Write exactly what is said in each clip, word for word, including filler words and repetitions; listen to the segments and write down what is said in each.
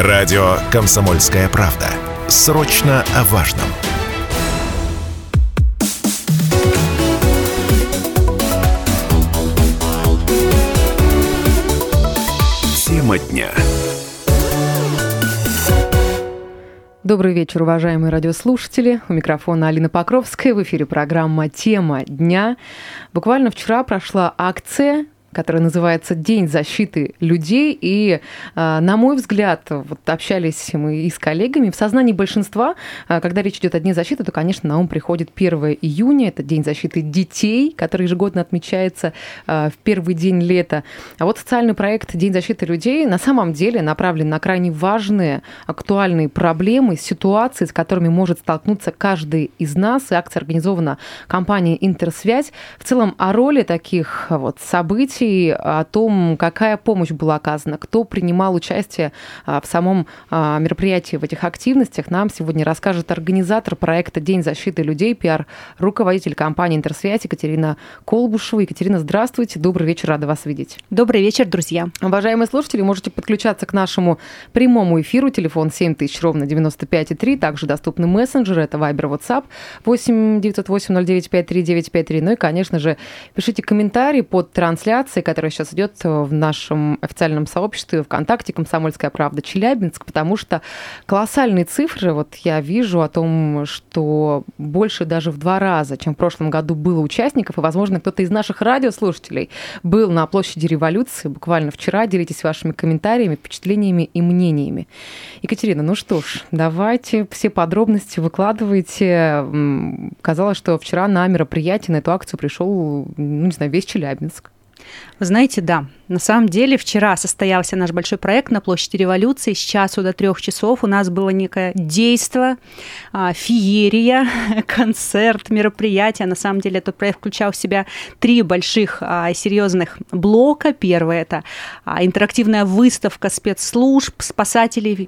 Радио «Комсомольская правда». Срочно о важном. Тема дня. Добрый вечер, уважаемые радиослушатели. У микрофона Алина Покровская. В эфире программа «Тема дня». Буквально вчера прошла акция, которая называется «День защиты людей». И, на мой взгляд, вот общались мы и с коллегами. В сознании большинства, когда речь идет о Дне защиты, то, конечно, на ум приходит первое июня. Это День защиты детей, который ежегодно отмечается в первый день лета. А вот социальный проект «День защиты людей» на самом деле направлен на крайне важные, актуальные проблемы, ситуации, с которыми может столкнуться каждый из нас. И акция организована компанией «Интерсвязь». В целом о роли таких вот событий, о том, какая помощь была оказана, кто принимал участие в самом мероприятии, в этих активностях, нам сегодня расскажет организатор проекта «День защиты людей», пиар-руководитель компании «Интерсвязь» Екатерина Колбушева. Екатерина, здравствуйте, добрый вечер, рада вас видеть. Добрый вечер, друзья. Уважаемые слушатели, можете подключаться к нашему прямому эфиру, телефон семь тысяч ровно девяносто пять и три, также доступны мессенджеры, это Вайбер, WhatsApp восемь девятьсот восемь ноль девять пять три девять пять три. Ну и, конечно же, пишите комментарии под трансляцией, которая сейчас идет в нашем официальном сообществе ВКонтакте «Комсомольская правда Челябинск», потому что колоссальные цифры, вот я вижу о том, что больше даже в два раза, чем в прошлом году было участников, и, возможно, кто-то из наших радиослушателей был на площади Революции буквально вчера. Делитесь вашими комментариями, впечатлениями и мнениями. Екатерина, ну что ж, давайте все подробности выкладывайте. Казалось, что вчера на мероприятие, на эту акцию пришел, ну не знаю, весь Челябинск. Вы знаете, да, на самом деле вчера состоялся наш большой проект на площади Революции. С часу до трех часов у нас было некое действо, феерия, концерт, мероприятие. На самом деле этот проект включал в себя три больших серьезных блока. Первый – это интерактивная выставка спецслужб, спасателей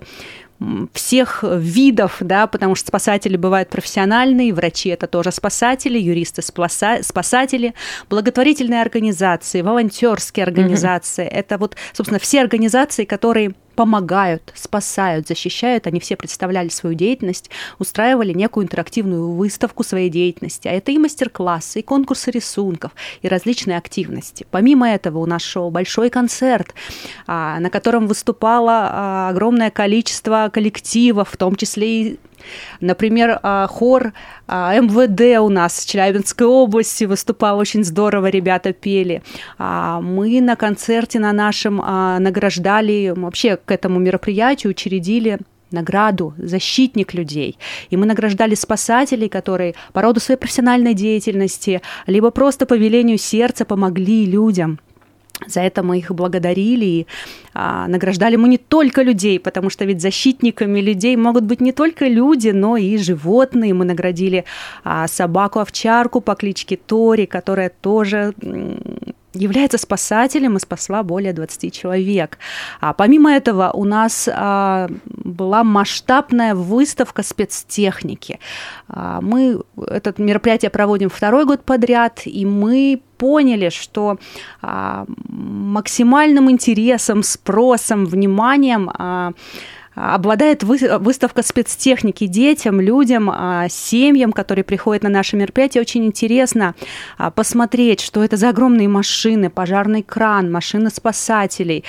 всех видов, да, потому что спасатели бывают профессиональные, врачи – это тоже спасатели, юристы – спасатели, благотворительные организации, волонтерские организации. Mm-hmm. Это вот, собственно, все организации, которые помогают, спасают, защищают. Они все представляли свою деятельность, устраивали некую интерактивную выставку своей деятельности. А это и мастер-классы, и конкурсы рисунков, и различные активности. Помимо этого у нас шел большой концерт, на котором выступало огромное количество коллективов, в том числе и, например, хор эм вэ дэ у нас в Челябинской области выступал очень здорово, ребята пели. Мы на концерте на нашем награждали, вообще к этому мероприятию учредили награду «Защитник людей». И мы награждали спасателей, которые по роду своей профессиональной деятельности, либо просто по велению сердца помогли людям. За это мы их благодарили и а, награждали мы не только людей, потому что ведь защитниками людей могут быть не только люди, но и животные. Мы наградили а, собаку-овчарку по кличке Тори, которая тоже является спасателем и спасла более двадцати человек. А помимо этого у нас а, была масштабная выставка спецтехники. А, мы это мероприятие проводим второй год подряд, и мы поняли, что а, максимальным интересом, спросом, вниманием а, обладает выставка спецтехники детям, людям, семьям, которые приходят на наши мероприятия. Очень интересно посмотреть, что это за огромные машины, пожарный кран, машины спасателей,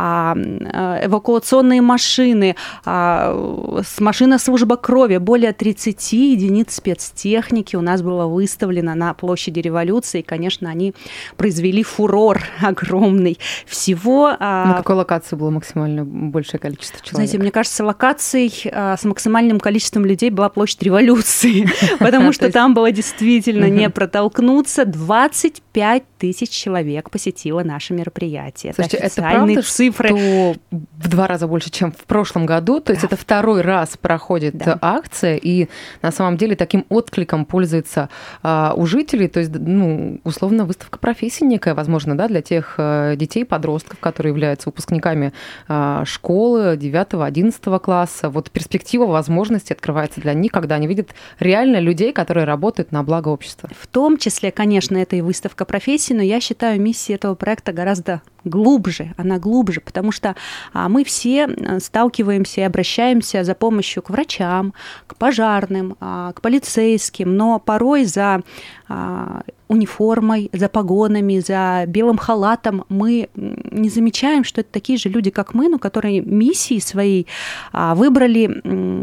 эвакуационные машины, машина служба крови. Более тридцати единиц спецтехники у нас было выставлено на площади Революции. И, конечно, они произвели фурор огромный. Всего... На какой локации было максимально большее количество человек? Знаете, мне кажется, локацией а, с максимальным количеством людей была площадь Революции, потому что там было действительно не протолкнуться. двадцать пять тысяч человек посетило наше мероприятие. Слушайте, это правда, цифры, что в два раза больше, чем в прошлом году? То есть это второй раз проходит акция, и на самом деле таким откликом пользуется у жителей, то есть, ну, условно, выставка профессий некая, возможно, да, для тех детей, подростков, которые являются выпускниками школы девятого, одиннадцатого класса. Вот перспектива, возможности открывается для них, когда они видят реально людей, которые работают на благо общества. В том числе, конечно, это и выставка профессий, но я считаю, миссия этого проекта гораздо глубже, она глубже, потому что мы все сталкиваемся и обращаемся за помощью к врачам, к пожарным, к полицейским, но порой за униформой, за погонами, за белым халатом мы не замечаем, что это такие же люди, как мы, но которые миссией своей выбрали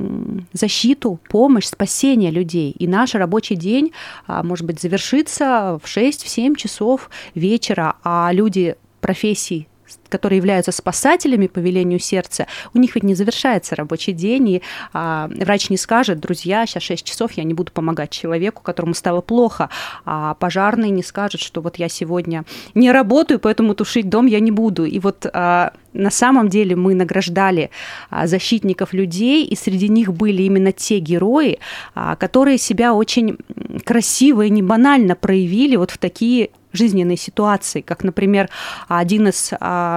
защиту, помощь, спасение людей. И наш рабочий день, может быть, завершится в шесть-семь часов вечера, а люди профессий, которые являются спасателями по велению сердца, у них ведь не завершается рабочий день, и а, врач не скажет: друзья, сейчас шесть часов, я не буду помогать человеку, которому стало плохо, а пожарный не скажет, что вот я сегодня не работаю, поэтому тушить дом я не буду. И вот а, на самом деле мы награждали а, защитников людей, и среди них были именно те герои, а, которые себя очень красиво и не банально проявили вот в такие жизненные ситуации, как, например, один из а,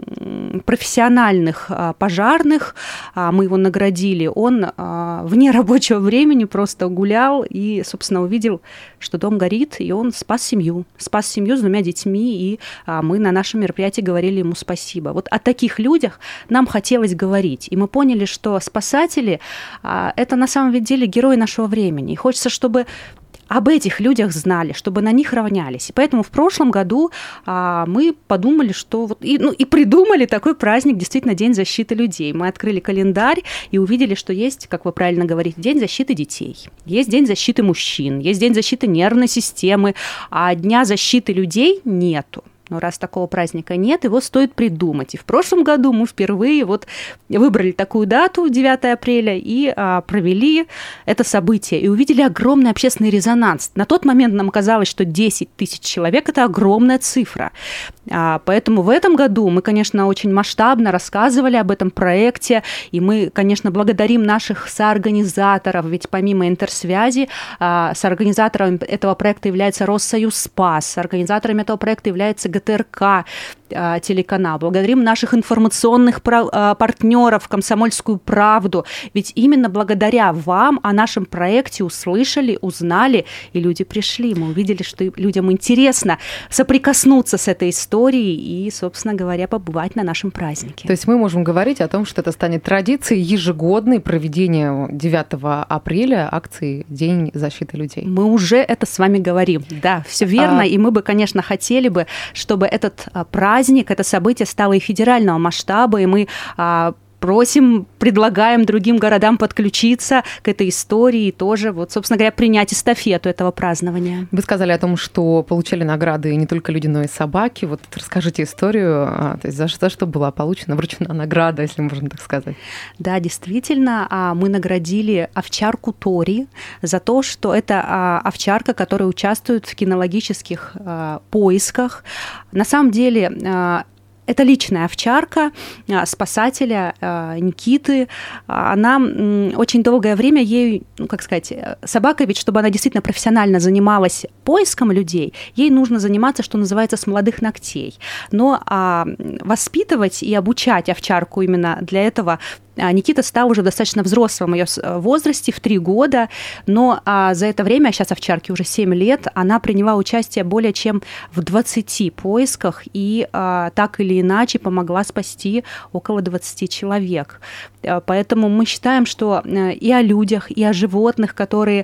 профессиональных а, пожарных, а, мы его наградили, он а, вне рабочего времени просто гулял и, собственно, увидел, что дом горит, и он спас семью, спас семью с двумя детьми, и а, мы на нашем мероприятии говорили ему спасибо. Вот о таких людях нам хотелось говорить, и мы поняли, что спасатели а, – это на самом деле герои нашего времени, и хочется, чтобы об этих людях знали, чтобы на них равнялись. И поэтому в прошлом году а, мы подумали, что вот и, ну, и придумали такой праздник, действительно, День защиты людей. Мы открыли календарь и увидели, что есть, как вы правильно говорите, День защиты детей, есть День защиты мужчин, есть День защиты нервной системы, а Дня защиты людей нету. Но раз такого праздника нет, его стоит придумать. И в прошлом году мы впервые вот выбрали такую дату, девятое апреля, и а, провели это событие. И увидели огромный общественный резонанс. На тот момент нам казалось, что десять тысяч человек – это огромная цифра. А, поэтому в этом году мы, конечно, очень масштабно рассказывали об этом проекте. И мы, конечно, благодарим наших соорганизаторов. Ведь помимо интерсвязи, а, соорганизатором этого проекта является Россоюз Спас. Организатором этого проекта является ГТРК телеканал. Благодарим наших информационных партнеров, «Комсомольскую правду». Ведь именно благодаря вам о нашем проекте услышали, узнали, и люди пришли. Мы увидели, что людям интересно соприкоснуться с этой историей и, собственно говоря, побывать на нашем празднике. То есть мы можем говорить о том, что это станет традицией ежегодной проведения девятого апреля акции «День защиты людей». Мы уже это с вами говорим. Да, все верно. А... И мы бы, конечно, хотели бы, чтобы этот праздник, это событие стало и федерального масштаба, и мы а, просим, предлагаем другим городам подключиться к этой истории и тоже, вот, собственно говоря, принять эстафету этого празднования. Вы сказали о том, что получали награды не только люди, но и собаки. Вот расскажите историю, а, то есть за, за что была получена, вручена награда, если можно так сказать. Да, действительно, мы наградили овчарку Тори за то, что это овчарка, которая участвует в кинологических поисках. На самом деле, это личная овчарка спасателя Никиты. Она очень долгое время ей, ну, как сказать, собака, ведь чтобы она действительно профессионально занималась поиском людей, ей нужно заниматься, что называется, с молодых ногтей. Но а, воспитывать и обучать овчарку именно для этого Никита стал уже в достаточно взрослом ее возрасте, в три года, но а, за это время, а сейчас овчарке уже семь лет, она приняла участие более чем в двадцати поисках и а, так или иначе помогла спасти около двадцати человек. А, поэтому мы считаем, что и о людях, и о животных, которые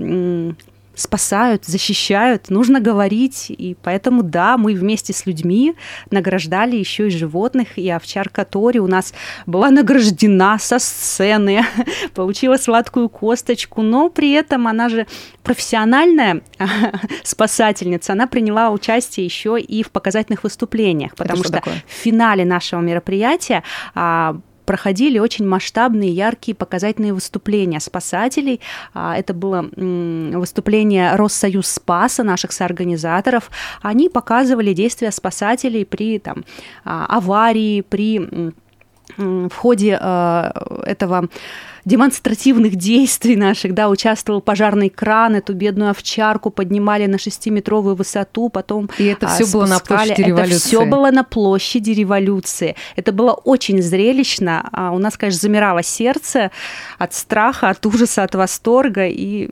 м- спасают, защищают, нужно говорить, и поэтому, да, мы вместе с людьми награждали еще и животных, и овчарка Тори у нас была награждена со сцены, получила сладкую косточку, но при этом она же профессиональная спасательница, она приняла участие еще и в показательных выступлениях, потому что, что в финале нашего мероприятия проходили очень масштабные, яркие показательные выступления спасателей. Это было выступление Россоюз Спаса, наших соорганизаторов. Они показывали действия спасателей при там, аварии, при в ходе этого демонстративных действий наших, да, участвовал пожарный кран, эту бедную овчарку поднимали на шестиметровую высоту, потом и это все спускали. Было на площади революции. Это все было на площади революции. Это было очень зрелищно. У нас, конечно, замирало сердце от страха, от ужаса, от восторга, и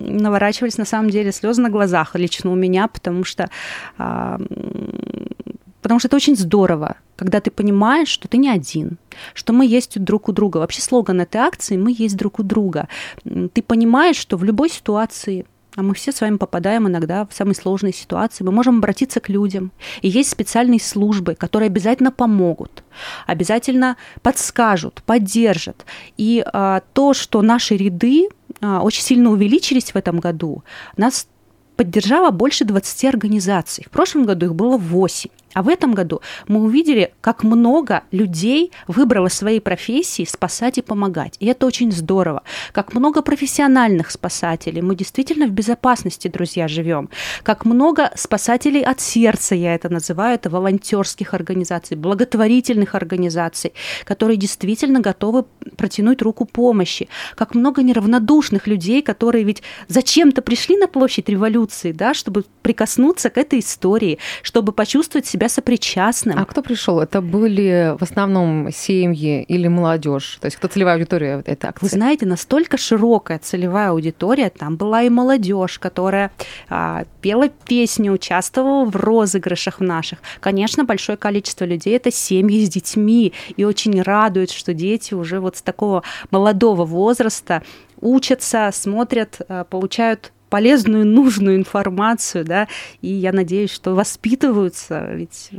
наворачивались на самом деле слезы на глазах лично у меня, потому что Потому что это очень здорово, когда ты понимаешь, что ты не один, что мы есть друг у друга. Вообще слоган этой акции «Мы есть друг у друга». Ты понимаешь, что в любой ситуации, а мы все с вами попадаем иногда в самые сложные ситуации, мы можем обратиться к людям. И есть специальные службы, которые обязательно помогут, обязательно подскажут, поддержат. И а, то, что наши ряды а, очень сильно увеличились в этом году, нас поддержало больше двадцати организаций. В прошлом году их было восемь. А в этом году мы увидели, как много людей выбрало свои профессии спасать и помогать. И это очень здорово. Как много профессиональных спасателей. Мы действительно в безопасности, друзья, живем. Как много спасателей от сердца, я это называю, это волонтерских организаций, благотворительных организаций, которые действительно готовы протянуть руку помощи. Как много неравнодушных людей, которые ведь зачем-то пришли на площадь революции, да, чтобы прикоснуться к этой истории, чтобы почувствовать себя сопричастным. А кто пришел? Это были в основном семьи или молодежь? То есть кто целевая аудитория этой акции? Вы знаете, настолько широкая целевая аудитория. Там была и молодежь, которая а, пела песни, участвовала в розыгрышах наших. Конечно, большое количество людей — это семьи с детьми. И очень радует, что дети уже вот с такого молодого возраста учатся, смотрят, получают полезную, нужную информацию, да, и я надеюсь, что воспитываются, ведь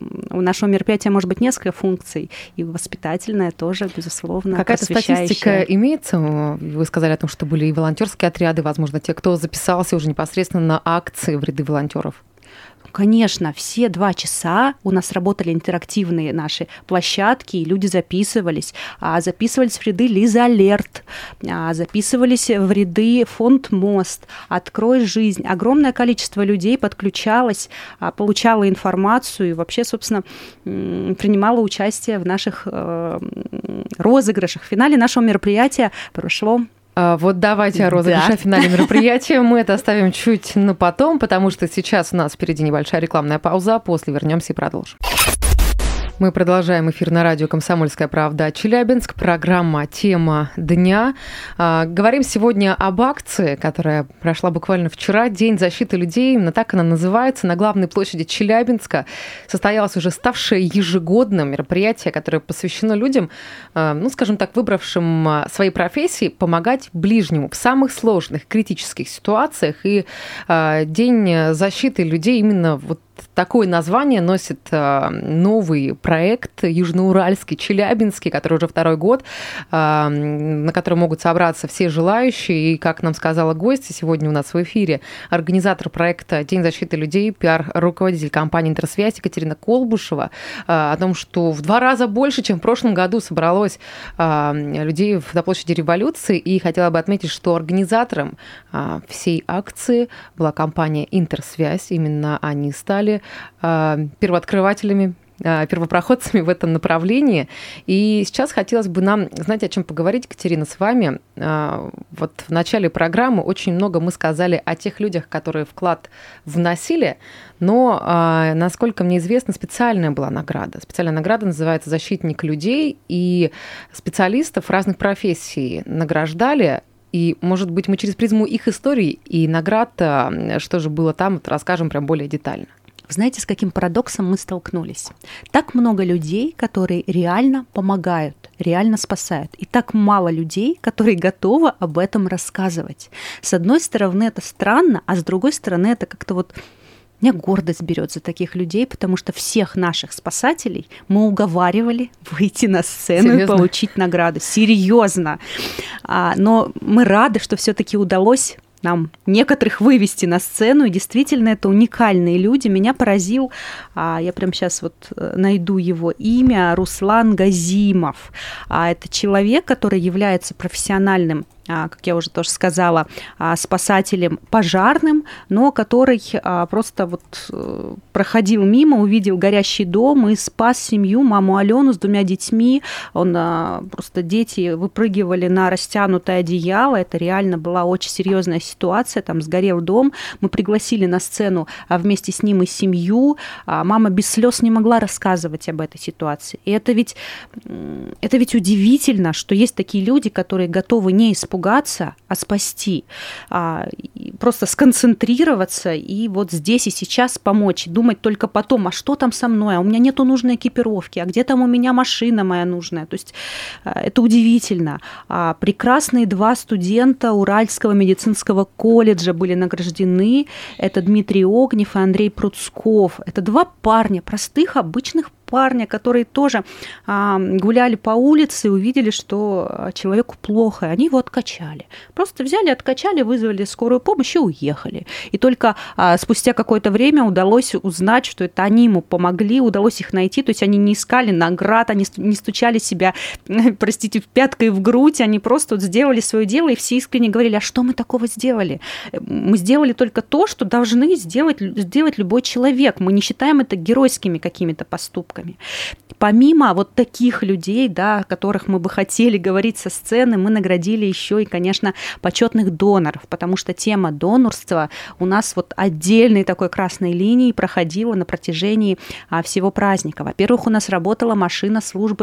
у нашего мероприятия может быть несколько функций, и воспитательная тоже, безусловно, какая-то статистика имеется? Вы сказали о том, что были и волонтерские отряды, возможно, те, кто записался уже непосредственно на акции в ряды волонтеров. Конечно, все два часа у нас работали интерактивные наши площадки, и люди записывались. Записывались в ряды Лиза Алерт, записывались в ряды Фонд Мост, Открой жизнь. Огромное количество людей подключалось, получало информацию и вообще, собственно, принимало участие в наших розыгрышах. В финале нашего мероприятия прошло... Вот давайте о розыгрыше, да. финале мероприятия. Мы это оставим чуть на потом, потому что сейчас у нас впереди небольшая рекламная пауза, после вернемся и продолжим. Мы продолжаем эфир на радио «Комсомольская правда» Челябинск. Программа «Тема дня». Говорим сегодня об акции, которая прошла буквально вчера. День защиты людей. Именно так она называется. На главной площади Челябинска состоялось уже ставшее ежегодным мероприятие, которое посвящено людям, ну, скажем так, выбравшим свои профессии, помогать ближнему в самых сложных, критических ситуациях. И День защиты людей именно вот такое название носит новый проект южноуральский, челябинский, который уже второй год, на который могут собраться все желающие. И, как нам сказала гостья сегодня у нас в эфире, организатор проекта «День защиты людей», пиар-руководитель компании «Интерсвязь» Екатерина Колбушева, о том, что в два раза больше, чем в прошлом году, собралось людей на площади Революции. И хотела бы отметить, что организатором всей акции была компания «Интерсвязь». Именно они стали первооткрывателями, первопроходцами в этом направлении. И сейчас хотелось бы нам, знаете, о чем поговорить, Екатерина, с вами. Вот в начале программы очень много мы сказали о тех людях, которые вклад вносили, но, насколько мне известно, специальная была награда. Специальная награда называется «Защитник людей», и специалистов разных профессий награждали. И, может быть, мы через призму их историй и наград, что же было там, вот расскажем прям более детально. Знаете, с каким парадоксом мы столкнулись? Так много людей, которые реально помогают, реально спасают. И так мало людей, которые готовы об этом рассказывать. С одной стороны, это странно, а с другой стороны, это как-то вот... Меня гордость берет за таких людей, потому что всех наших спасателей мы уговаривали выйти на сцену Серьезно? И получить награду. Серьезно. Но мы рады, что все-таки удалось нам некоторых вывести на сцену, и действительно это уникальные люди. Меня поразил, я прямо сейчас вот найду его имя, Руслан Газимов. Это человек, который является профессиональным, как я уже тоже сказала, спасателем пожарным, но который просто вот проходил мимо, увидел горящий дом и спас семью, маму Алену с двумя детьми. Он просто дети выпрыгивали на растянутое одеяло. Это реально была очень серьезная ситуация. Там сгорел дом. Мы пригласили на сцену вместе с ним и семью. Мама без слез не могла рассказывать об этой ситуации. И это ведь, это ведь удивительно, что есть такие люди, которые готовы не использовать испугаться, а спасти. Просто сконцентрироваться и вот здесь и сейчас помочь. Думать только потом, а что там со мной? А у меня нету нужной экипировки, а где там у меня машина моя нужная? То есть это удивительно. Прекрасные два студента Уральского медицинского колледжа были награждены. Это Дмитрий Огнев и Андрей Пруцков. Это два парня, простых, обычных парня, которые тоже а, гуляли по улице и увидели, что человеку плохо, и они его откачали. Просто взяли, откачали, вызвали скорую помощь и уехали. И только а, спустя какое-то время удалось узнать, что это они ему помогли, удалось их найти, то есть они не искали наград, они не стучали себя, простите, пяткой в грудь, они просто вот сделали свое дело, и все искренне говорили, а что мы такого сделали? Мы сделали только то, что должны сделать, сделать любой человек. Мы не считаем это геройскими какими-то поступками. Помимо вот таких людей, да, о которых мы бы хотели говорить со сцены, мы наградили еще и, конечно, почетных доноров, потому что тема донорства у нас вот отдельной такой красной линией проходила на протяжении а, всего праздника. Во-первых, у нас работала машина службы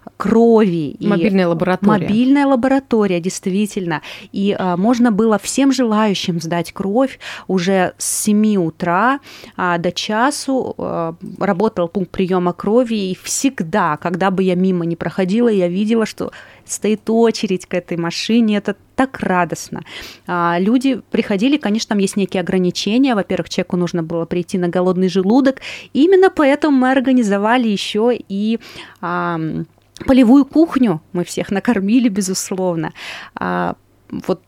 крови. Мобильная и лаборатория. Мобильная лаборатория, действительно. И а, можно было всем желающим сдать кровь уже с семи утра а, до часу. А, работал пункт приема крови. крови, и всегда, когда бы я мимо не проходила, я видела, что стоит очередь к этой машине, это так радостно. А, люди приходили, конечно, там есть некие ограничения, во-первых, человеку нужно было прийти на голодный желудок, именно поэтому мы организовали еще и а, полевую кухню, мы всех накормили, безусловно. А, вот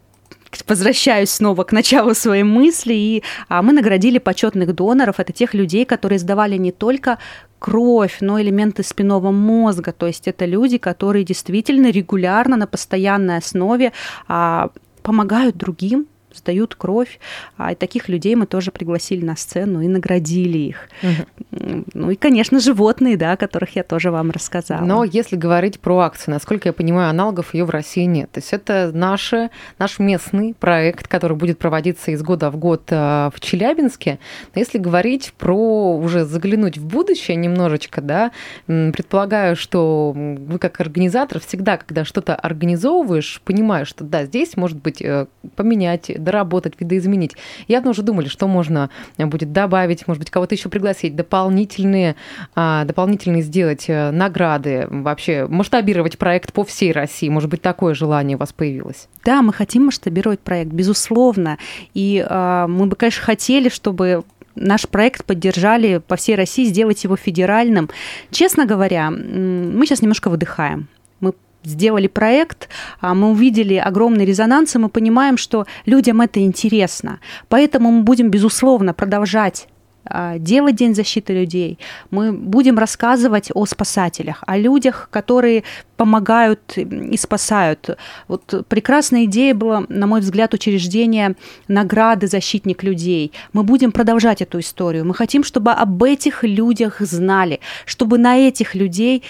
возвращаюсь снова к началу своей мысли, и а, мы наградили почетных доноров, это тех людей, которые сдавали не только кровь, но элементы спинного мозга, то есть это люди, которые действительно регулярно, на постоянной основе а, помогают другим, сдают кровь, а, и таких людей мы тоже пригласили на сцену и наградили их. Угу. Ну и, конечно, животные, да, о которых я тоже вам рассказала. Но если говорить про акцию, насколько я понимаю, аналогов ее в России нет. То есть это наш, наш местный проект, который будет проводиться из года в год в Челябинске. Но если говорить про уже заглянуть в будущее немножечко, да, предполагаю, что вы как организатор всегда, когда что-то организовываешь, понимаешь, что да, здесь может быть поменять, доработать, видоизменить. Явно уже думали, что можно будет добавить, может быть, кого-то еще пригласить, дополнительные, дополнительные сделать награды, вообще масштабировать проект по всей России. Может быть, такое желание у вас появилось? Да, мы хотим масштабировать проект, безусловно. И э, мы бы, конечно, хотели, чтобы наш проект поддержали по всей России, сделать его федеральным. Честно говоря, мы сейчас немножко выдыхаем. Мы сделали проект, мы увидели огромный резонанс, и мы понимаем, что людям это интересно. Поэтому мы будем, безусловно, продолжать делать День защиты людей. Мы будем рассказывать о спасателях, о людях, которые помогают и спасают. Вот прекрасная идея была, на мой взгляд, учреждение награды «Защитник людей». Мы будем продолжать эту историю. Мы хотим, чтобы об этих людях знали, чтобы на этих людей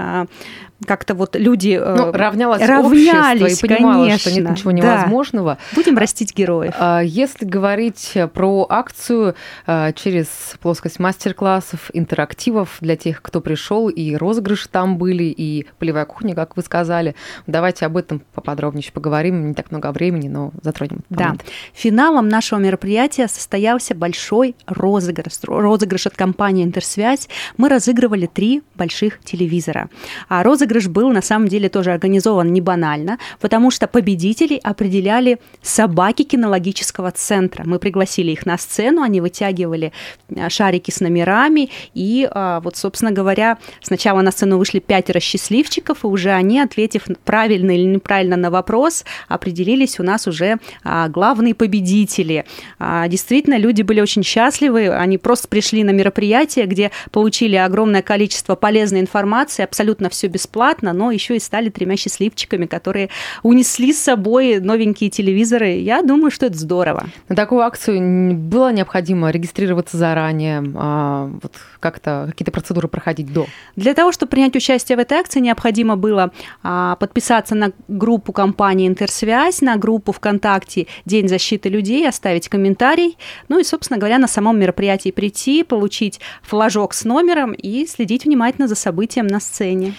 как-то вот люди ну, равнялось равнялись, общество и понимало, конечно, что нет ничего невозможного. Да. Будем растить героев. Если говорить про акцию через плоскость мастер-классов, интерактивов для тех, кто пришел, и розыгрыши там были, и полевая кухня, как вы сказали, давайте об этом поподробнее поговорим. Не так много времени, но затронем. Да. Финалом нашего мероприятия состоялся большой розыгрыш. Розыгрыш от компании «Интерсвязь». Мы разыгрывали три больших телевизора. А розыгрыш Розыгрыш был на самом деле тоже организован не банально, потому что победителей определяли собаки кинологического центра. Мы пригласили их на сцену, они вытягивали шарики с номерами, и вот, собственно говоря, сначала на сцену вышли пятеро счастливчиков, и уже они, ответив правильно или неправильно на вопрос, определились у нас уже главные победители. Действительно, люди были очень счастливы, они просто пришли на мероприятие, где получили огромное количество полезной информации, абсолютно все бесплатно, но еще и стали тремя счастливчиками, которые унесли с собой новенькие телевизоры. Я думаю, что это здорово. На такую акцию было необходимо регистрироваться заранее, вот как-то какие-то процедуры проходить до? Для того, чтобы принять участие в этой акции, необходимо было подписаться на группу компании «Интерсвязь», на группу ВКонтакте «День защиты людей», оставить комментарий, ну и, собственно говоря, на самом мероприятии прийти, получить флажок с номером и следить внимательно за событием на сцене. Я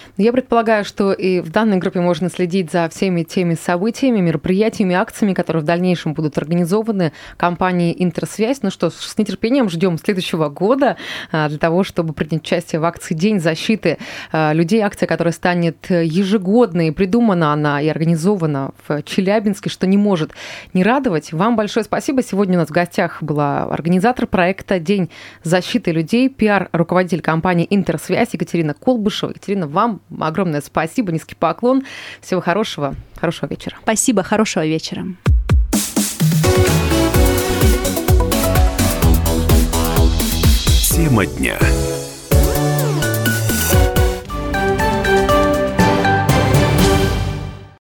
предполагаю, что и в данной группе можно следить за всеми теми событиями, мероприятиями, акциями, которые в дальнейшем будут организованы компанией «Интерсвязь». Ну что, с нетерпением ждем следующего года для того, чтобы принять участие в акции «День защиты людей». Акция, которая станет ежегодной, придумана она и организована в Челябинске, что не может не радовать. Вам большое спасибо. Сегодня у нас в гостях была организатор проекта «День защиты людей», пиар-руководитель компании «Интерсвязь» Екатерина Колбышева. Екатерина, вам огромное спасибо, низкий поклон. Всего хорошего, хорошего вечера. Спасибо, хорошего вечера. Тема дня.